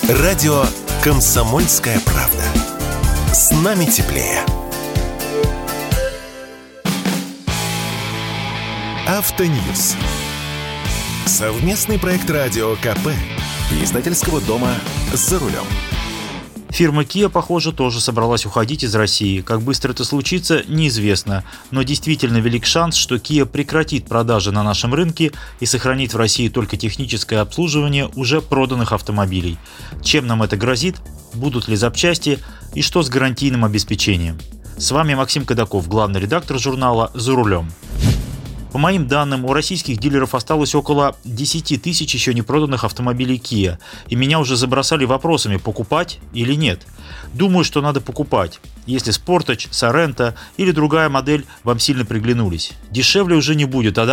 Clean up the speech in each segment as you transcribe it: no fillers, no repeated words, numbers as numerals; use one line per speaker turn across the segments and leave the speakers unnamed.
Радио «Комсомольская правда». С нами теплее. Автоньюз. Совместный проект радио КП. Издательского дома «За рулем».
Фирма Kia, похоже, тоже собралась уходить из России. Как быстро это случится, неизвестно. Но действительно велик шанс, что Kia прекратит продажи на нашем рынке и сохранит в России только техническое обслуживание уже проданных автомобилей. Чем нам это грозит? Будут ли запчасти? И что с гарантийным обеспечением? С вами Максим Кадаков, главный редактор журнала «За рулем». По моим данным, у российских дилеров осталось около 10 тысяч еще не проданных автомобилей Kia, и меня уже забросали вопросами, покупать или нет. Думаю, что надо покупать, если Sportage, Sorento или другая модель вам сильно приглянулись. Дешевле уже не будет, а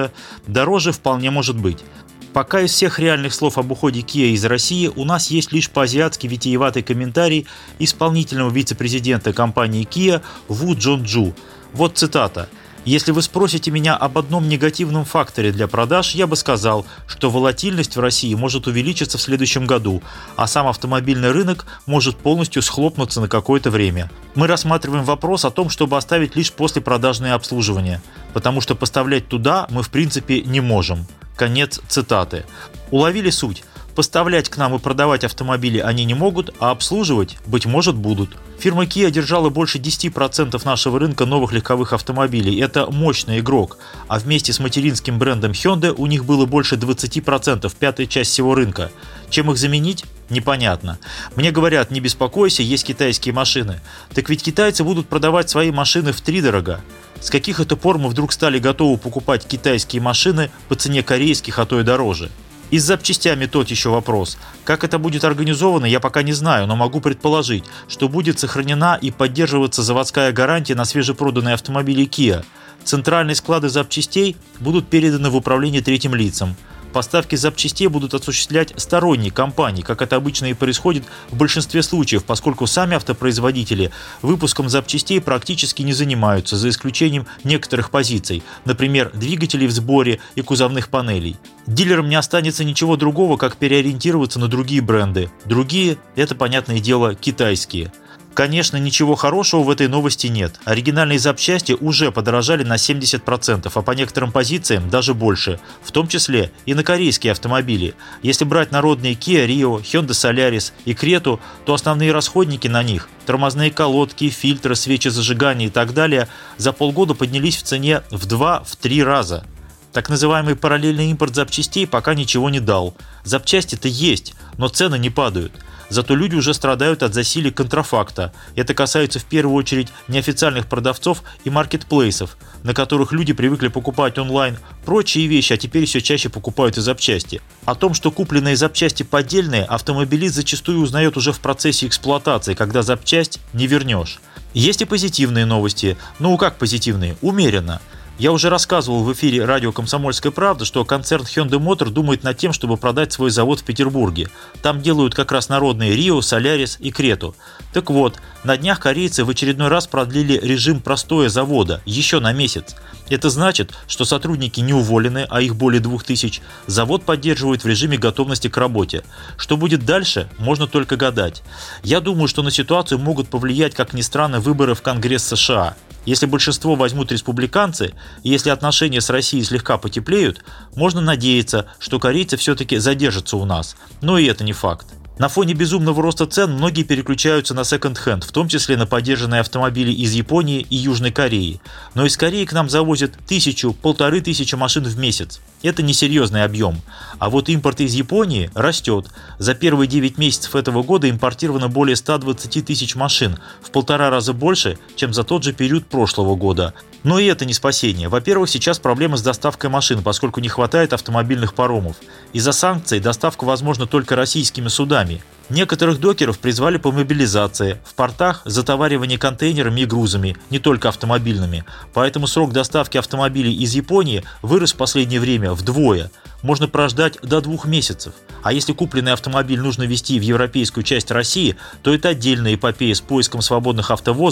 дороже вполне может быть. Пока из всех реальных слов об уходе Kia из России у нас есть лишь по-азиатски витиеватый комментарий исполнительного вице-президента компании Kia Ву Джонджу. Вот цитата. «Если вы спросите меня об одном негативном факторе для продаж, я бы сказал, что волатильность в России может увеличиться в следующем году, а сам автомобильный рынок может полностью схлопнуться на какое-то время. Мы рассматриваем вопрос о том, чтобы оставить лишь послепродажное обслуживание, потому что поставлять туда мы в принципе не можем». Конец цитаты. Уловили суть? Поставлять к нам и продавать автомобили они не могут, а обслуживать, быть может, будут. Фирма Kia держала больше 10% нашего рынка новых легковых автомобилей. Это мощный игрок. А вместе с материнским брендом Hyundai у них было больше 20%, пятая часть всего рынка. Чем их заменить? Непонятно. Мне говорят, не беспокойся, есть китайские машины. Так ведь китайцы будут продавать свои машины втридорога. С каких это пор мы вдруг стали готовы покупать китайские машины по цене корейских, а то и дороже? И с запчастями тот еще вопрос. Как это будет организовано, я пока не знаю, но могу предположить, что будет сохранена и поддерживаться заводская гарантия на свежепроданные автомобили Kia. Центральные склады запчастей будут переданы в управление третьим лицам. Поставки запчастей будут осуществлять сторонние компании, как это обычно и происходит в большинстве случаев, поскольку сами автопроизводители выпуском запчастей практически не занимаются, за исключением некоторых позиций, например, двигателей в сборе и кузовных панелей. Дилерам не останется ничего другого, как переориентироваться на другие бренды. Другие – это, понятное дело, китайские. Конечно, ничего хорошего в этой новости нет. Оригинальные запчасти уже подорожали на 70%, а по некоторым позициям даже больше, в том числе и на корейские автомобили. Если брать народные Kia Rio, Hyundai Solaris и Creta, то основные расходники на них – тормозные колодки, фильтры, свечи зажигания и так далее – за полгода поднялись в цене в 2-3 раза. Так называемый параллельный импорт запчастей пока ничего не дал. Запчасти-то есть, но цены не падают. Зато люди уже страдают от засилия контрафакта. Это касается в первую очередь неофициальных продавцов и маркетплейсов, на которых люди привыкли покупать онлайн прочие вещи, а теперь все чаще покупают и запчасти. О том, что купленные запчасти поддельные, автомобилист зачастую узнает уже в процессе эксплуатации, когда запчасть не вернешь. Есть и позитивные новости. Ну как позитивные? Умеренно. Я уже рассказывал в эфире радио «Комсомольская правда», что концерн Hyundai Motor думает над тем, чтобы продать свой завод в Петербурге. Там делают как раз народные Rio, Solaris и Creta. Так вот, на днях корейцы в очередной раз продлили режим простоя завода еще на месяц. Это значит, что сотрудники не уволены, а их более 2000, завод поддерживают в режиме готовности к работе. Что будет дальше, можно только гадать. Я думаю, что на ситуацию могут повлиять, как ни странно, выборы в Конгресс США. Если большинство возьмут республиканцы, и если отношения с Россией слегка потеплеют, можно надеяться, что корейцы все-таки задержатся у нас. Но и это не факт. На фоне безумного роста цен многие переключаются на секонд-хенд, в том числе на подержанные автомобили из Японии и Южной Кореи. Но из Кореи к нам завозят 1000-1500 машин в месяц. Это несерьезный объем. А вот импорт из Японии растет. За первые 9 месяцев этого года импортировано более 120 тысяч машин, в 1,5 раза больше, чем за тот же период прошлого года. Но и это не спасение. Во-первых, сейчас проблема с доставкой машин, поскольку не хватает автомобильных паромов. Из-за санкций доставка возможна только российскими судами. Некоторых докеров призвали по мобилизации. В портах затоваривание контейнерами и грузами, не только автомобильными. Поэтому срок доставки автомобилей из Японии вырос в последнее время вдвое. Можно прождать до 2 месяцев. А если купленный автомобиль нужно везти в европейскую часть России, то это отдельная эпопея с поиском свободных автовозов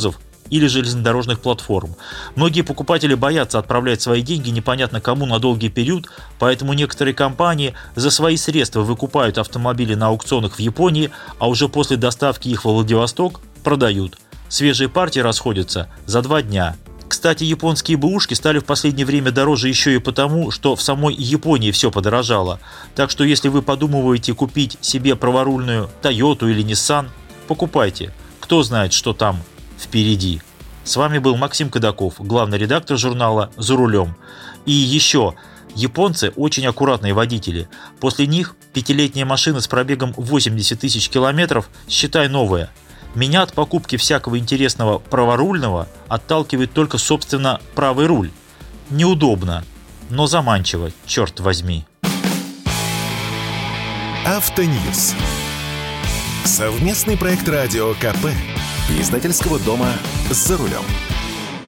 или железнодорожных платформ. Многие покупатели боятся отправлять свои деньги непонятно кому на долгий период, поэтому некоторые компании за свои средства выкупают автомобили на аукционах в Японии, а уже после доставки их во Владивосток продают. Свежие партии расходятся за 2 дня. Кстати, японские бэушки стали в последнее время дороже еще и потому, что в самой Японии все подорожало. Так что если вы подумываете купить себе праворульную Toyota или Nissan, покупайте. Кто знает, что там впереди. С вами был Максим Кадаков, главный редактор журнала «За рулем». И еще, японцы очень аккуратные водители. После них 5-летняя машина с пробегом 80 тысяч километров, считай, новая. Меня от покупки всякого интересного праворульного отталкивает только, собственно, правый руль. Неудобно, но заманчиво, черт возьми.
Автоньюз. Совместный проект радио КП. Издательского дома «За рулем».